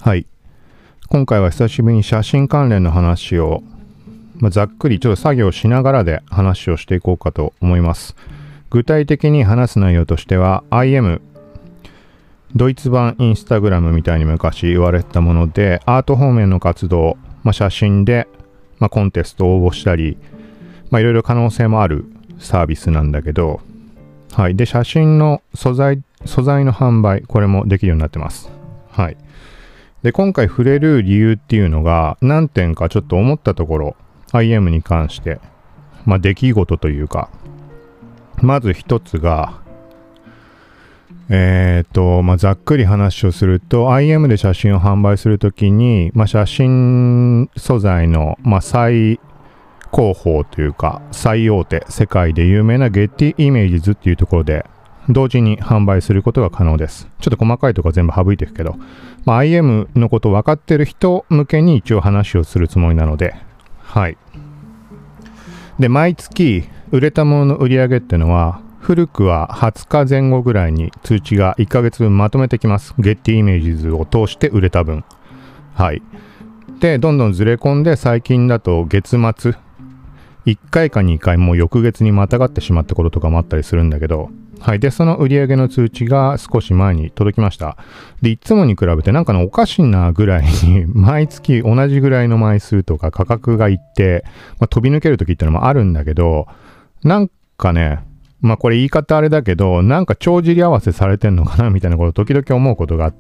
はい。今回は久しぶりに写真関連の話を、ざっくりちょっと作業しながらで話をしていこうかと思います。具体的に話す内容としては IM、ドイツ版インスタグラムみたいに昔言われてたもので、アート方面の活動、写真で、コンテストを応募したり、いろいろ可能性もあるサービスなんだけど、はい。で、写真の素材の販売、これもできるようになってます。はい。で、今回触れる理由っていうのが、何点かちょっと思ったところ、IM に関して、出来事というか、まず一つが、ざっくり話をすると、IM で写真を販売するときに、写真素材の、最高峰というか、最大手、世界で有名な Getty Images っていうところで、同時に販売することが可能です。ちょっと細かいところは全部省いていくけど、IM のことを分かってる人向けに一応話をするつもりなので、はい。で、毎月売れたものの売り上げっていうのは、古くは20日前後ぐらいに通知が1ヶ月分まとめてきます。Getty Images を通して売れた分。はい。で、どんどんずれ込んで最近だと月末、1回か2回もう翌月にまたがってしまったこととかもあったりするんだけど、はい。で、その売り上げの通知が少し前に届きました。で、いつもに比べてなんかおかしなぐらいに、毎月同じぐらいの枚数とか価格がいって、飛び抜ける時ってのもあるんだけど、なんかね、これ言い方あれだけど、なんか帳尻合わせされてんのかなみたいなことを時々思うことがあって、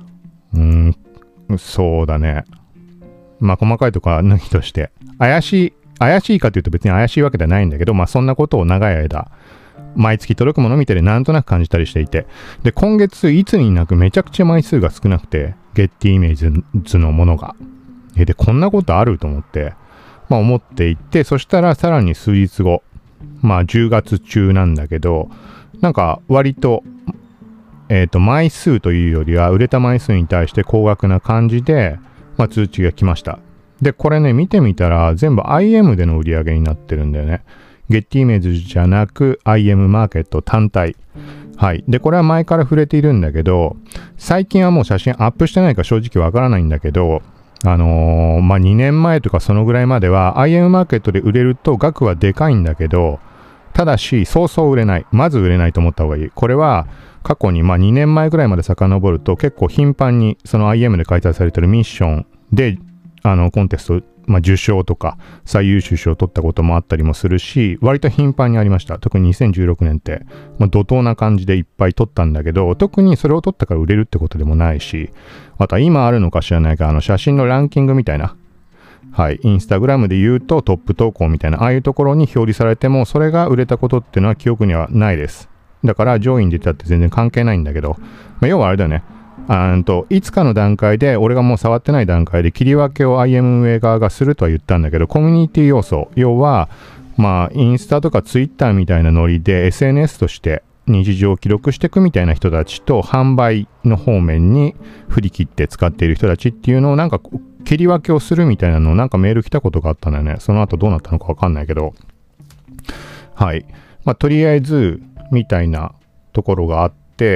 そうだね。細かいとこは抜きとして、怪しいかというと別に怪しいわけではないんだけど、そんなことを長い間、毎月届くものを見てなんとなく感じたりしていて。で、今月いつになくめちゃくちゃ枚数が少なくて、Getty Images のものが。で、こんなことあると思って、思っていって、そしたらさらに数日後、10月中なんだけど、なんか割と、枚数というよりは売れた枚数に対して高額な感じで、通知が来ました。で、これね、見てみたら全部 IM での売り上げになってるんだよね。Getty Images じゃなく IM マーケット単体。はい。で、これは前から触れているんだけど、最近はもう写真アップしてないか正直わからないんだけど、2年前とかそのぐらいまでは IM マーケットで売れると額はでかいんだけど、ただし、そうそう売れない。まず売れないと思った方がいい。これは過去に2年前ぐらいまで遡ると結構頻繁にその IM で開催されてるミッションで、コンテスト、受賞とか最優秀賞を取ったこともあったりもするし、割と頻繁にありました。特に2016年って、怒涛な感じでいっぱい取ったんだけど、特にそれを取ったから売れるってことでもないし、あとは今あるのか知らないか、写真のランキングみたいな、はい、インスタグラムで言うとトップ投稿みたいな、ああいうところに表示されても、それが売れたことっていうのは記憶にはないです。だから上位に出たって全然関係ないんだけど、要はあれだよね。いつかの段階で、俺がもう触ってない段階で切り分けを IM 運営側がするとは言ったんだけど、コミュニティ要素、要は、インスタとかツイッターみたいなノリで SNS として日常を記録していくみたいな人たちと、販売の方面に振り切って使っている人たちっていうのをなんか切り分けをするみたいなのをなんかメール来たことがあったんだよね。その後どうなったのかわかんないけど。はい。とりあえず、みたいなところがあって、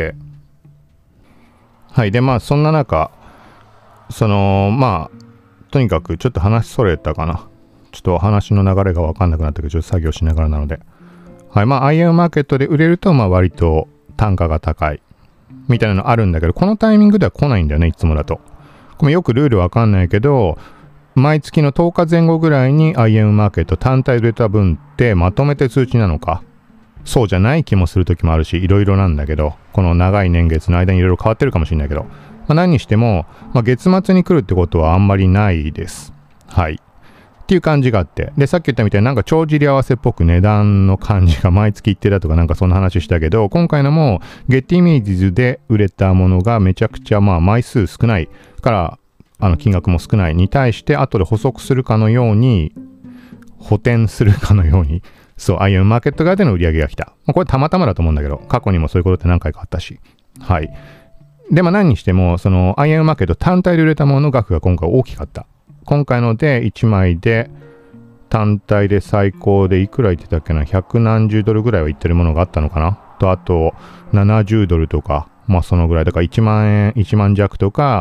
はい。で、そんな中、とにかくちょっと話それたかな。ちょっと話の流れがわかんなくなったけど、ちょっと作業しながらなので。はい。IM マーケットで売れると、割と単価が高い。みたいなのあるんだけど、このタイミングでは来ないんだよね、いつもだと。これよくルールわかんないけど、毎月の10日前後ぐらいに IM マーケット単体売れた分ってまとめて通知なのか。そうじゃない気もする時もあるし、いろいろなんだけど、この長い年月の間にいろいろ変わってるかもしれないけど、何にしても、月末に来るってことはあんまりないです。はい。っていう感じがあって。で、さっき言ったみたいになんか帳尻合わせっぽく値段の感じが毎月一定だとかなんかそんな話したけど、今回のも Getty Images で売れたものがめちゃくちゃ枚数少ないから、金額も少ないに対して後で補足するかのように、補填するかのように、そう、IM マーケット側での売り上げが来た。これたまたまだと思うんだけど、過去にもそういうことって何回かあったし。はい。で、何にしても、その IM マーケット単体で売れたものの額が今回大きかった。今回ので1枚で単体で最高でいくら言ってたっけな、100何十ドルぐらいは言ってるものがあったのかなと、あと70ドルとか、そのぐらい。だから1万円、1万弱とか、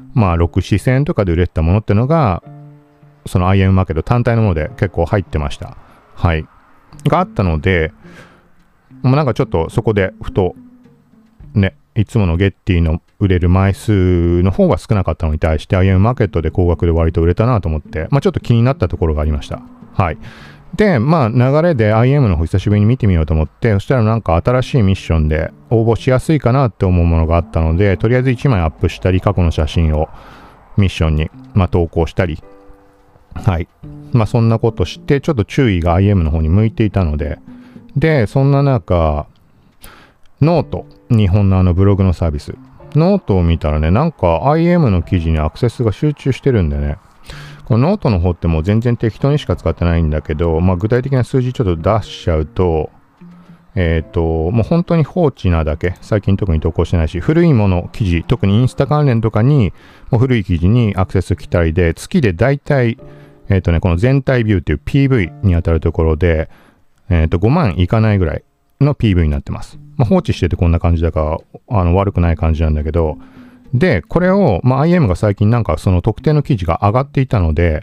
まあ6、4,000円とかで売れてたものってのが、その IM マーケット単体のもので結構入ってました。はい。があったので、もうなんかちょっとそこでふと、ね、いつものゲッティの売れる枚数の方は少なかったのに対して IM マーケットで高額で割と売れたなと思って、まあちょっと気になったところがありました。はい。で、まあ流れで IM の方久しぶりに見てみようと思って、そしたらなんか新しいミッションで応募しやすいかなって思うものがあったので、とりあえず1枚アップしたり、過去の写真をミッションに、まあ、投稿したり、はい。まあそんなことして、ちょっと注意が IM の方に向いていたので、で、そんな中、ノート、日本のブログのサービス。ノートを見たらね、なんか IM の記事にアクセスが集中してるんでね、このノートの方ってもう全然適当にしか使ってないんだけど、まあ具体的な数字ちょっと出しちゃうと、もう本当に放置なだけ、最近特に投稿してないし、古いもの、記事、特にインスタ関連とかに、もう古い記事にアクセス来たりで、月でだいたい、この全体ビューっていう PV に当たるところで、5万いかないぐらいの PV になってます。まあ、放置しててこんな感じだから、悪くない感じなんだけど、で、これを、まあ、IM が最近なんかその特定の記事が上がっていたので、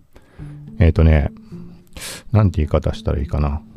なんて言い方したらいいかな。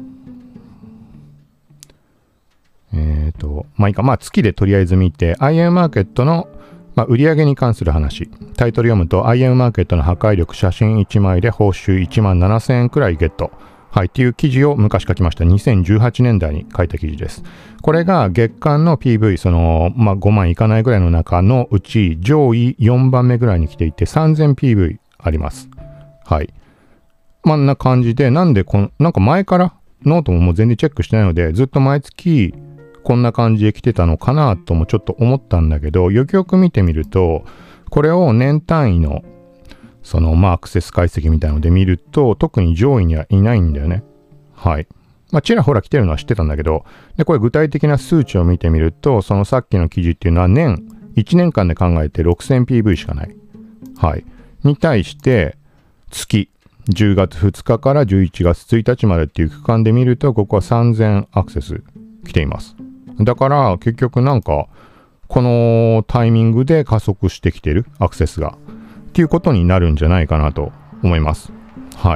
まあいいか、まあ月でとりあえず見て、IM マーケットの、まあ、売上に関する話。タイトル読むと、IM マーケットの破壊力、写真1枚で報酬17,000円くらいゲット。はい、っていう記事を昔書きました。2018年代に書いた記事です。これが月間の PV、まあ、5万いかないぐらいの中のうち、上位4番目ぐらいに来ていて、3000PV あります。はい。まあ、んな感じで、なんか前からノートももう全然チェックしてないので、ずっと毎月こんな感じで来てたのかなともちょっと思ったんだけど、よくよく見てみると、これを年単位のまあ、アクセス解析みたいなので見ると、特に上位にはいないんだよね。はい。まあ、ちらほら来てるのは知ってたんだけど、で、これ具体的な数値を見てみると、そのさっきの記事っていうのは1年間で考えて 6000PV しかない。はい。に対して、月、10月2日から11月1日までっていう区間で見ると、ここは3000アクセス来ています。だから、結局なんか、このタイミングで加速してきてる、アクセスが。っていうことになるんじゃないかなと思います。はい。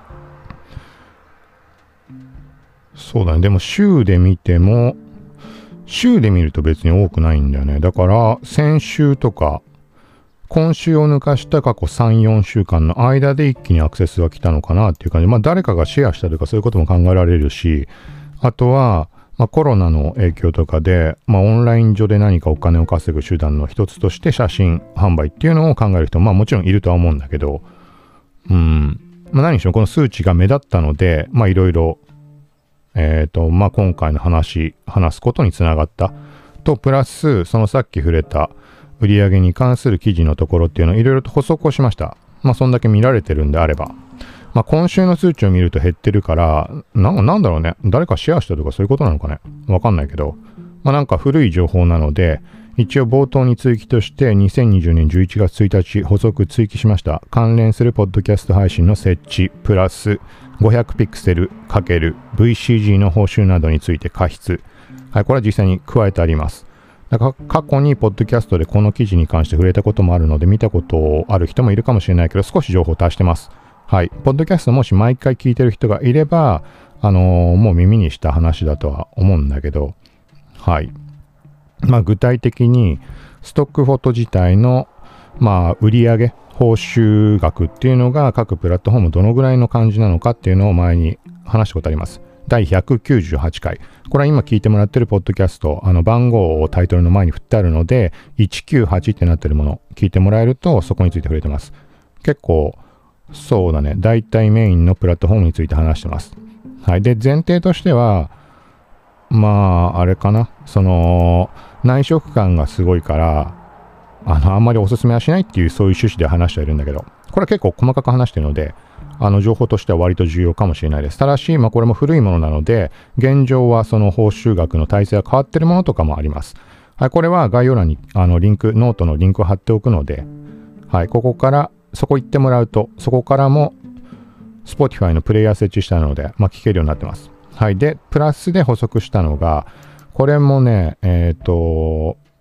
そうだね。でも週で見ても、週で見ると別に多くないんだよね。だから、先週とか、今週を抜かした過去3、4週間の間で一気にアクセスが来たのかなっていう感じ。まあ誰かがシェアしたとかそういうことも考えられるし、あとは、まあ、コロナの影響とかで、まあ、オンライン上で何かお金を稼ぐ手段の一つとして写真販売っていうのを考える人も、まあ、もちろんいるとは思うんだけど、まあ、何にしろこの数値が目立ったので、まあいろいろ、まあ今回の話すことにつながったと、プラス、そのさっき触れた売上に関する記事のところっていうのをいろいろと補足をしました。まあそんだけ見られてるんであれば。まあ今週の数値を見ると減ってるから、なんだろうね。誰かシェアしたとかそういうことなのかね。わかんないけど。まあなんか古い情報なので、一応冒頭に追記として2020年11月1日補足追記しました。関連するポッドキャスト配信の設置、プラス500ピクセル× VCG の報酬などについて加筆。はい、これは実際に加えてあります。だから過去にポッドキャストでこの記事に関して触れたこともあるので、見たことある人もいるかもしれないけど、少し情報を足してます。はい。ポッドキャストもし毎回聞いてる人がいれば、もう耳にした話だとは思うんだけど、はい。まあ具体的に、ストックフォト自体の、まあ売上、報酬額っていうのが各プラットフォームどのぐらいの感じなのかっていうのを前に話したことあります。第198回。これは今聞いてもらってるポッドキャスト、番号をタイトルの前に振ってあるので、198ってなってるもの、聞いてもらえるとそこについて触れてます。結構、そうだね。大体メインのプラットフォームについて話してます。はい。で、前提としては、まあ、あれかな。内職感がすごいから、あんまりおすすめはしないっていう、そういう趣旨で話しているんだけど、これは結構細かく話しているので、情報としては割と重要かもしれないです。ただし、まあ、これも古いものなので、現状はその報酬額の体制が変わっているものとかもあります。はい。これは概要欄に、ノートのリンクを貼っておくので、はい。ここから、そこ行ってもらうと、そこからも Spotify のプレイヤー設置したので、まあ、聞けるようになってます。はい。で、プラスで補足したのが、これもね、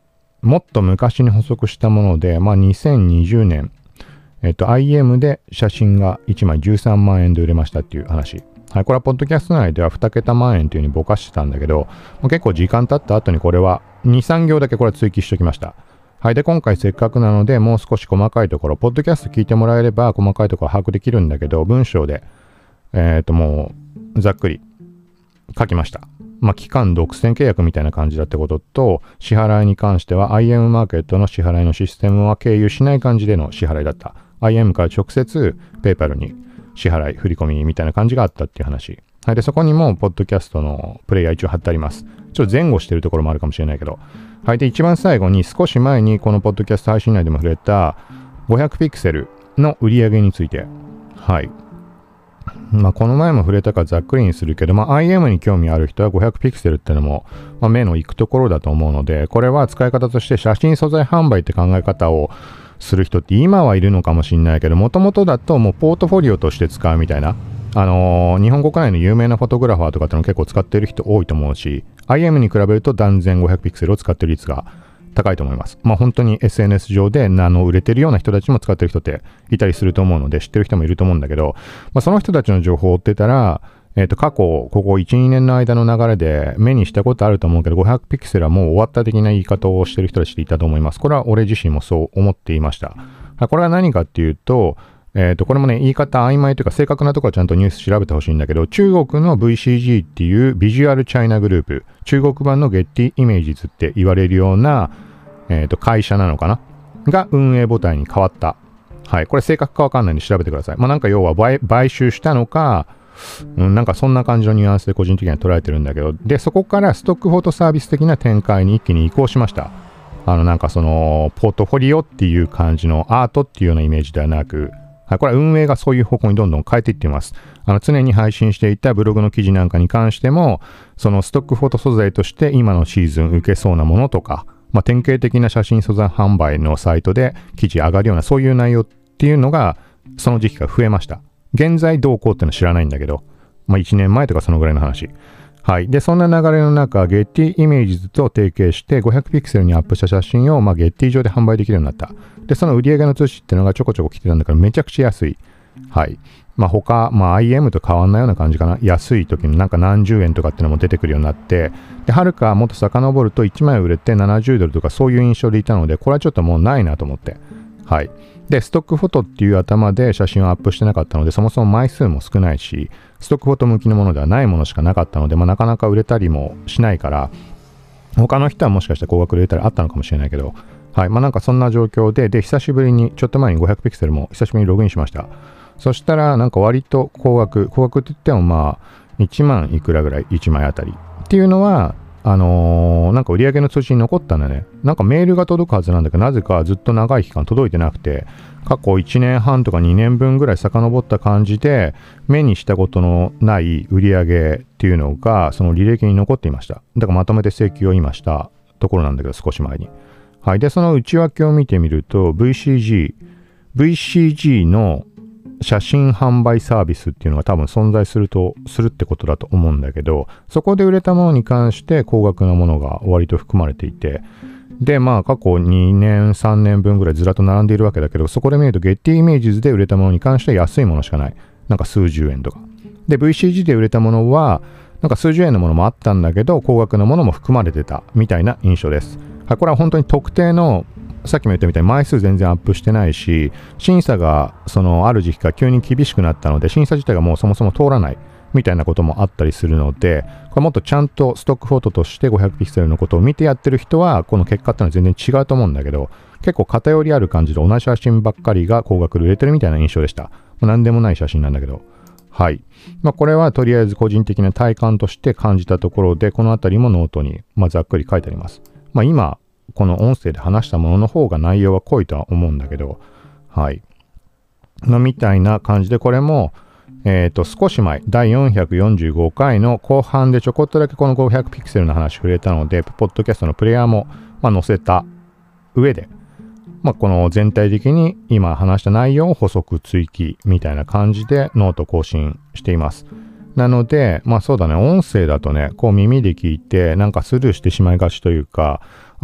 もっと昔に補足したもので、2020年、IM で写真が1枚13万円で売れましたっていう話。はい、これはポッドキャスト内では2桁万円というふうにぼかしてたんだけど、結構時間経った後にこれは2、3行だけこれは追記しておきました。はい。で、今回せっかくなので、もう少し細かいところ、ポッドキャスト聞いてもらえれば細かいところ把握できるんだけど、文章で、もう、ざっくり書きました。期間独占契約みたいな感じだってことと、支払いに関しては IM マーケットの支払いのシステムは経由しない感じでの支払いだった。IM から直接 PayPal に支払い、振り込みみたいな感じがあったっていう話。はい。で、そこにも、ポッドキャストのプレイヤー一応貼ってあります。ちょっと前後してるところもあるかもしれないけど。はい。で、一番最後に少し前にこのポッドキャスト配信内でも触れた500ピクセルの売り上げについて。はい。この前も触れたからざっくりにするけど、IM に興味ある人は500ピクセルってのも、目の行くところだと思うので、これは使い方として写真素材販売って考え方をする人って今はいるのかもしれないけど、もともとだともうポートフォリオとして使うみたいな、日本国内の有名なフォトグラファーとかっての結構使ってる人多いと思うし、IM に比べると断然500ピクセルを使ってる率が高いと思います。本当に SNS 上で売れてるような人たちも使ってる人っていたりすると思うので、知ってる人もいると思うんだけど、その人たちの情報を追ってたら、過去、ここ1、2年の間の流れで目にしたことあると思うけど、500ピクセルはもう終わった的な言い方をしてる人たちでいたと思います。これは俺自身もそう思っていました。これは何かっていうと、これもね、言い方曖昧というか正確なところはちゃんとニュース調べてほしいんだけど、中国の VCG っていうビジュアルチャイナグループ、中国版のゲッティイメージズって言われるような、会社なのかなが運営母体に変わった。はい。これ正確かわかんないんで調べてください。なんか要は買収したのか、なんかそんな感じのニュアンスで個人的には捉えてるんだけど、で、そこからストックフォトサービス的な展開に一気に移行しました。なんかその、ポートフォリオっていう感じのアートっていうようなイメージではなく、はい、これは運営がそういう方向にどんどん変えていっています。常に配信していたブログの記事なんかに関しても、そのストックフォト素材として今のシーズン受けそうなものとか、典型的な写真素材販売のサイトで記事上がるようなそういう内容っていうのが、その時期が増えました。現在どうこうっていうのは知らないんだけど、1年前とかそのぐらいの話。はい。で、そんな流れの中、ゲッティイメージズと提携して500ピクセルにアップした写真を、ゲッティ上で販売できるようになった。で、その売り上げの通知っていうのがちょこちょこ来てたんだからめちゃくちゃ安い。はい。他、IM と変わんないような感じかな。安い時のなんか何十円とかっていうのも出てくるようになって、で、はるかもっと遡ると1枚売れて70ドルとかそういう印象でいたので、これはちょっともうないなと思って。はい。で、ストックフォトっていう頭で写真をアップしてなかったので、そもそも枚数も少ないし、ストックフォト向きのものではないものしかなかったので、なかなか売れたりもしないから、他の人はもしかしたら高額で売れたりあったのかもしれないけど、はい。なんかそんな状況で、久しぶりに、ちょっと前に500ピクセルも久しぶりにログインしました。そしたら、なんか割と高額って言っても1万いくらぐらい、1枚あたり。っていうのは、なんか売り上げの通知に残ったんだね。なんかメールが届くはずなんだけど、なぜかずっと長い期間届いてなくて、過去1年半とか2年分ぐらい遡った感じで、目にしたことのない売り上げっていうのが、その履歴に残っていました。だからまとめて請求を今したところなんだけど、少し前に。はい。で、その内訳を見てみると、VCG の写真販売サービスっていうのが多分存在するってことだと思うんだけど、そこで売れたものに関して高額なものが割と含まれていて、で、過去2年、3年分ぐらいずらっと並んでいるわけだけど、そこで見るとゲッティイメージズで売れたものに関しては安いものしかない。なんか数十円とか。で、VCG で売れたものは、なんか数十円のものもあったんだけど、高額なものも含まれてたみたいな印象です。はい、これは本当に特定の、さっきも言ったみたいに枚数全然アップしてないし、審査がある時期から急に厳しくなったので、審査自体がもうそもそも通らないみたいなこともあったりするので、これもっとちゃんとストックフォトとして500ピクセルのことを見てやってる人は、この結果ってのは全然違うと思うんだけど、結構偏りある感じで同じ写真ばっかりが高額で売れてるみたいな印象でした。なんでもない写真なんだけど。はい。これはとりあえず個人的な体感として感じたところで、このあたりもノートに、ざっくり書いてあります。今、この音声で話したものの方が内容は濃いとは思うんだけど、はい。みたいな感じで、これも、少し前、第445回の後半でちょこっとだけこの500ピクセルの話触れたので、ポッドキャストのプレイヤーも、載せた上で、この全体的に今話した内容を補足追記みたいな感じでノート更新しています。なので、そうだね、音声だとね、こう耳で聞いて、なんかスルーしてしまいがちというか、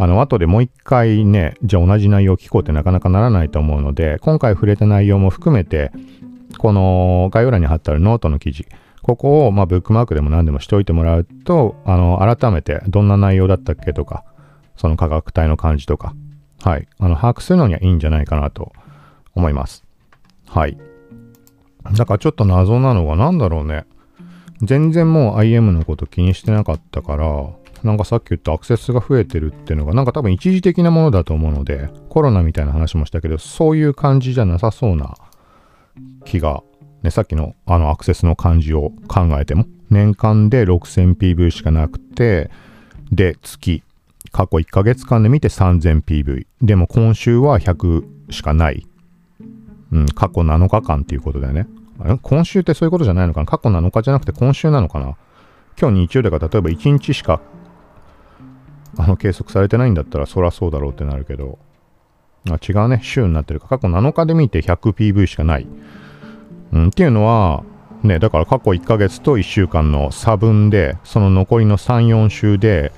後でもう一回ね、じゃあ同じ内容を聞こうってなかなかならないと思うので、今回触れた内容も含めて、この概要欄に貼ってあるノートの記事、ここをブックマークでも何でもしておいてもらうと、改めてどんな内容だったっけとか、その価格帯の感じとか、はい、把握するのにはいいんじゃないかなと思います。はい。だからちょっと謎なのがなんだろうね。全然もう IM のこと気にしてなかったから、なんかさっき言ったアクセスが増えてるっていうのが、なんか多分一時的なものだと思うので、コロナみたいな話もしたけど、そういう感じじゃなさそうな気が、ね、さっきのアクセスの感じを考えても、年間で 6000PV しかなくて、で、過去1ヶ月間で見て 3000PV。でも今週は100しかない。過去7日間っていうことだよね。今週ってそういうことじゃないのかな。過去7日じゃなくて今週なのかな。今日日曜だから例えば1日しか計測されてないんだったらそらそうだろうってなるけど、違うね。週になってるか。過去7日で見て 100PV しかない。っていうのは、ね、だから過去1ヶ月と1週間の差分で、その残りの3、4週で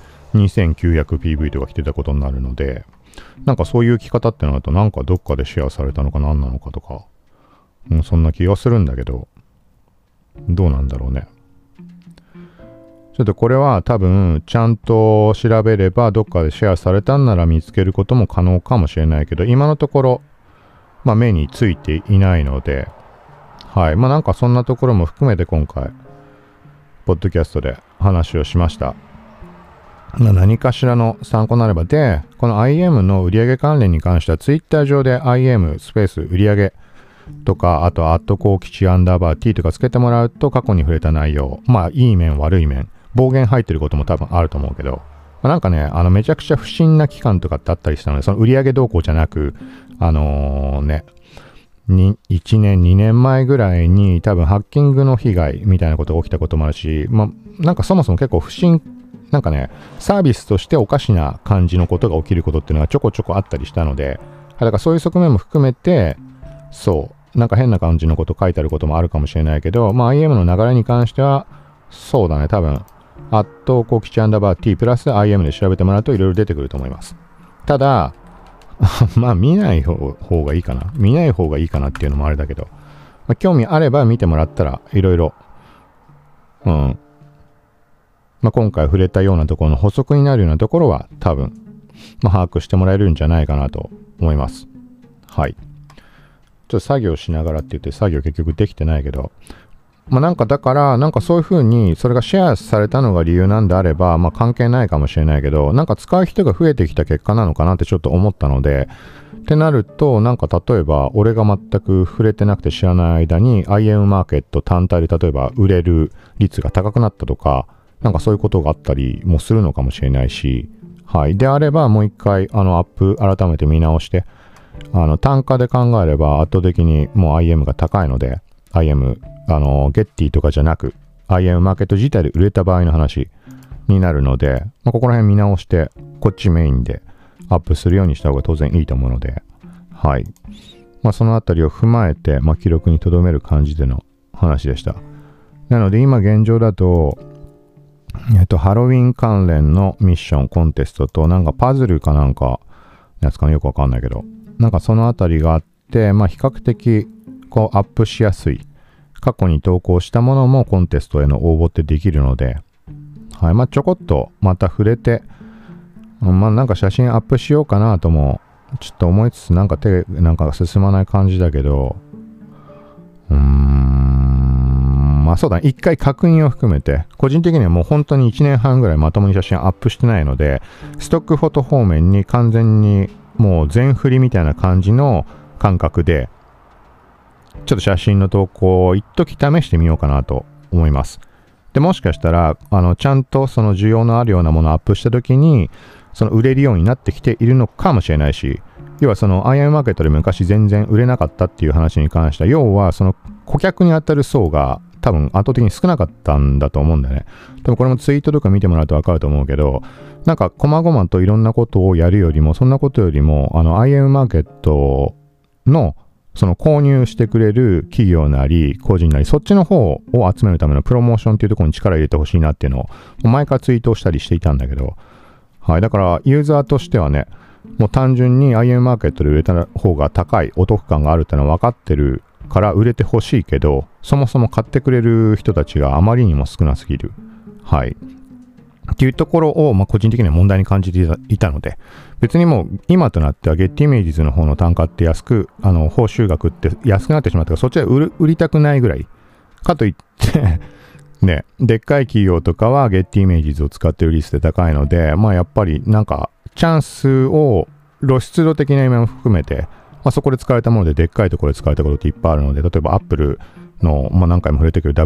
2900PV とか来てたことになるので、なんかそういう着方ってなると、なんかどっかでシェアされたのか何なのかとか、そんな気がするんだけど、どうなんだろうね。ちょっとこれは多分ちゃんと調べればどっかでシェアされたんなら見つけることも可能かもしれないけど、今のところ、目についていないので、はい。なんかそんなところも含めて今回、ポッドキャストで話をしました。何かしらの参考になれば。で、この IM の売上関連に関しては、Twitter 上で IM スペース売上とか、あと、コウキチ_T とかつけてもらうと、過去に触れた内容、いい面、悪い面、暴言入ってることも多分あると思うけど、なんかね、めちゃくちゃ不審な期間とかってあったりしたので、その売上動向じゃなく、1年、2年前ぐらいに多分ハッキングの被害みたいなことが起きたこともあるし、なんかそもそも結構なんかね、サービスとしておかしな感じのことが起きることっていうのはちょこちょこあったりしたので、だからそういう側面も含めて、なんか変な感じのこと書いてあることもあるかもしれないけど、IM の流れに関しては、そうだね、多分、コウキチ_T プラス IM で調べてもらうといろいろ出てくると思います。ただ、見ない方がいいかな。見ない方がいいかなっていうのもあれだけど、興味あれば見てもらったらいろいろ、今回触れたようなところの補足になるようなところは多分、把握してもらえるんじゃないかなと思います。はい。ちょっと作業しながらって言って作業結局できてないけど、なんかだから、なんかそういう風にそれがシェアされたのが理由なんであれば、関係ないかもしれないけど、なんか使う人が増えてきた結果なのかなってちょっと思ったので、ってなると、なんか例えば俺が全く触れてなくて知らない間に IM マーケット単体で例えば売れる率が高くなったとか、なんかそういうことがあったりもするのかもしれないし、はい。であればもう一回アップ改めて見直して、単価で考えれば圧倒的にもう IM が高いので、IM、ゲッティとかじゃなく、IM マーケット自体で売れた場合の話になるので、ここら辺見直して、こっちメインでアップするようにした方が当然いいと思うので、はい。そのあたりを踏まえて、記録に留める感じでの話でした。なので今現状だと、ハロウィン関連のミッション、コンテストと、なんかパズルかなんか、やつかなよくわかんないけど、なんかそのあたりがあって、比較的、アップしやすい。過去に投稿したものもコンテストへの応募ってできるので、はい。ちょこっとまた触れて、なんか写真アップしようかなとも、ちょっと思いつつ、なんかなんか進まない感じだけど、そうだね。一回確認を含めて、個人的にはもう本当に1年半ぐらいまともに写真アップしてないので、ストックフォト方面に完全にもう全振りみたいな感じの感覚で、ちょっと写真の投稿を一時試してみようかなと思います。で、もしかしたら、ちゃんとその需要のあるようなものをアップしたときに、その売れるようになってきているのかもしれないし、要はその IM マーケットで昔全然売れなかったっていう話に関しては、要はその顧客に当たる層が多分圧倒的に少なかったんだと思うんだよね。多分これもツイートとか見てもらうとわかると思うけど、なんか細々といろんなことをやるよりも、そんなことよりも、IM マーケットのその購入してくれる企業なり個人なりそっちの方を集めるためのプロモーションっていうところに力入れてほしいなっていうのを前からツイートをしたりしていたんだけど、 はい。だから、ユーザーとしてはね、もう単純に IM マーケットで売れた方が高いお得感があるってのは分かってるから売れてほしいけど、そもそも買ってくれる人たちがあまりにも少なすぎる。はい。っていうところを、個人的には問題に感じていたので、別にもう今となっては Getty Images の方の単価って安く、報酬額って安くなってしまったから、そっちは売りたくないぐらい。かといってね、でっかい企業とかは Getty Images を使ってるリスクで高いので、やっぱりなんかチャンスを露出度的な意味も含めて、そこで使われたものででっかいところで使われたことっていっぱいあるので、例えば Apple の、何回も触れてくる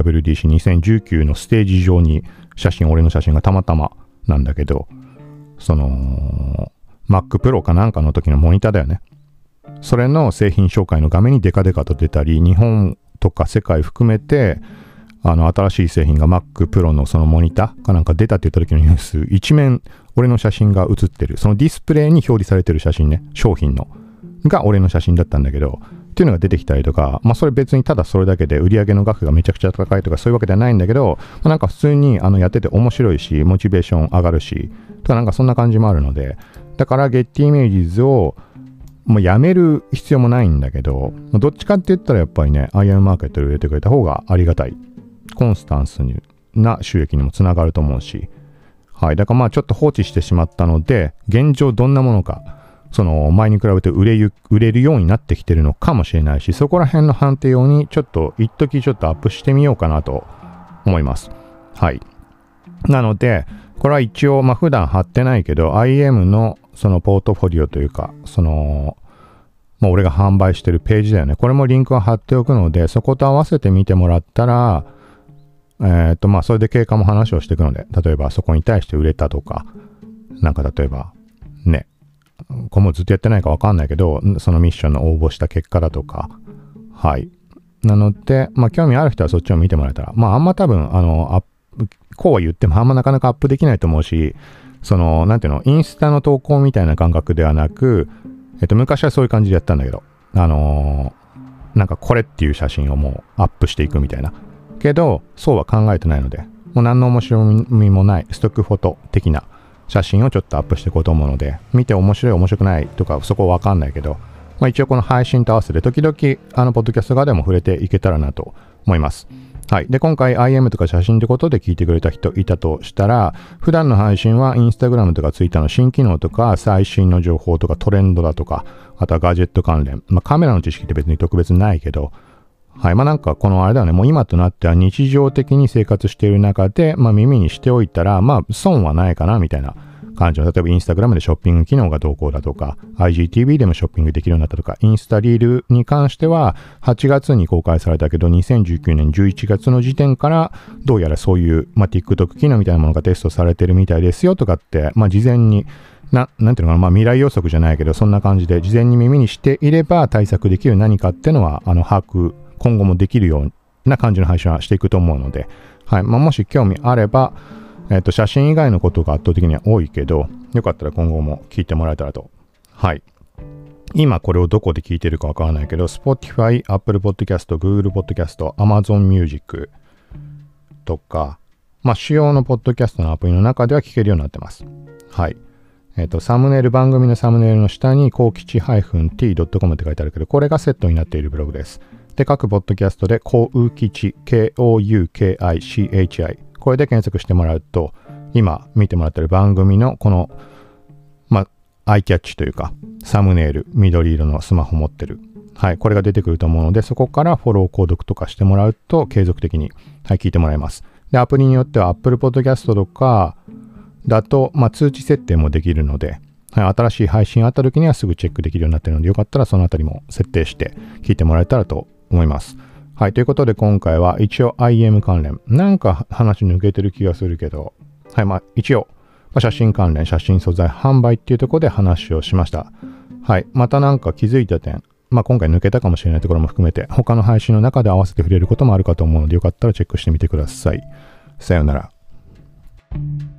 WWDC2019 のステージ上に俺の写真がたまたまなんだけど、Mac Pro かなんかの時のモニターだよね。それの製品紹介の画面にデカデカと出たり、日本とか世界含めて、新しい製品が Mac Pro のそのモニターかなんか出たって言った時のニュース、一面俺の写真が写ってる。そのディスプレイに表示されてる写真ね、商品の。が俺の写真だったんだけど、っていうのが出てきたりとか、それ別にただそれだけで売り上げの額がめちゃくちゃ高いとかそういうわけではないんだけど、なんか普通にやってて面白いし、モチベーション上がるし、とかなんかそんな感じもあるので、だから Getty Images をもうやめる必要もないんだけど、どっちかって言ったらやっぱりね、IM マーケットで売れてくれた方がありがたい。コンスタンスな収益にもつながると思うし、はい。だからちょっと放置してしまったので、現状どんなものか、前に比べて売れるようになってきてるのかもしれないし、そこら辺の判定用に一時ちょっとアップしてみようかなと思います。はい。なので、これは一応、普段貼ってないけど、IM のそのポートフォリオというか、俺が販売してるページだよね。これもリンクを貼っておくので、そこと合わせて見てもらったら、それで経過も話をしていくので、例えばそこに対して売れたとか、なんか例えば、ね、これもずっとやってないかわかんないけど、そのミッションの応募した結果だとか、はい。なので、興味ある人はそっちを見てもらえたら、あんま多分、こうは言ってもあんまなかなかアップできないと思うし、なんていうの、インスタの投稿みたいな感覚ではなく、昔はそういう感じでやったんだけど、なんかこれっていう写真をもうアップしていくみたいな。けど、そうは考えてないので、もう何の面白みもないストックフォト的な写真をちょっとアップしていこうと思うので、見て面白い面白くないとかそこはわかんないけど、一応この配信と合わせて時々ポッドキャスト側でも触れていけたらなと思います。はい。で、今回 IM とか写真ってことで聞いてくれた人いたとしたら、普段の配信は Instagram とか Twitter の新機能とか最新の情報とかトレンドだとか、あとはガジェット関連、カメラの知識って別に特別ないけど、はい。なんかこのあれだよね、もう今となっては日常的に生活している中で、耳にしておいたら、損はないかなみたいな感じの、例えばインスタグラムでショッピング機能がどうこうだとか、IGTV でもショッピングできるようになったとか、インスタリールに関しては8月に公開されたけど、2019年11月の時点から、どうやらそういう、TikTok 機能みたいなものがテストされてるみたいですよとかって、事前に、なんていうのかな、未来予測じゃないけど、そんな感じで、事前に耳にしていれば対策できる何かっていうのは、把握、今後もできるような感じの配信はしていくと思うので、はい。もし興味あれば、写真以外のことが圧倒的には多いけど、よかったら今後も聞いてもらえたらと。はい。今これをどこで聞いてるかわからないけど、Spotify、Apple Podcast、Google Podcast、Amazon Music とか、主要のポッドキャストのアプリの中では聞けるようになってます。はい。サムネイル、番組のサムネイルの下に、こうきち -t.com って書いてあるけど、これがセットになっているブログです。で、各ポッドキャストで、こうきち、KOUKICHI、これで検索してもらうと、今見てもらってる番組のこの、アイキャッチというか、サムネイル、緑色のスマホ持ってる。はい、これが出てくると思うので、そこからフォロー、購読とかしてもらうと、継続的に、聞いてもらえます。で、アプリによっては Apple Podcast とかだと、通知設定もできるので、新しい配信あった時にはすぐチェックできるようになっているので、よかったらそのあたりも設定して聞いてもらえたらと思います。はい。ということで今回は一応 IM 関連。なんか話抜けてる気がするけど、はい。一応、写真関連、写真素材販売っていうところで話をしました。はい。またなんか気づいた点、今回抜けたかもしれないところも含めて、他の配信の中で合わせて触れることもあるかと思うので、よかったらチェックしてみてください。さようなら。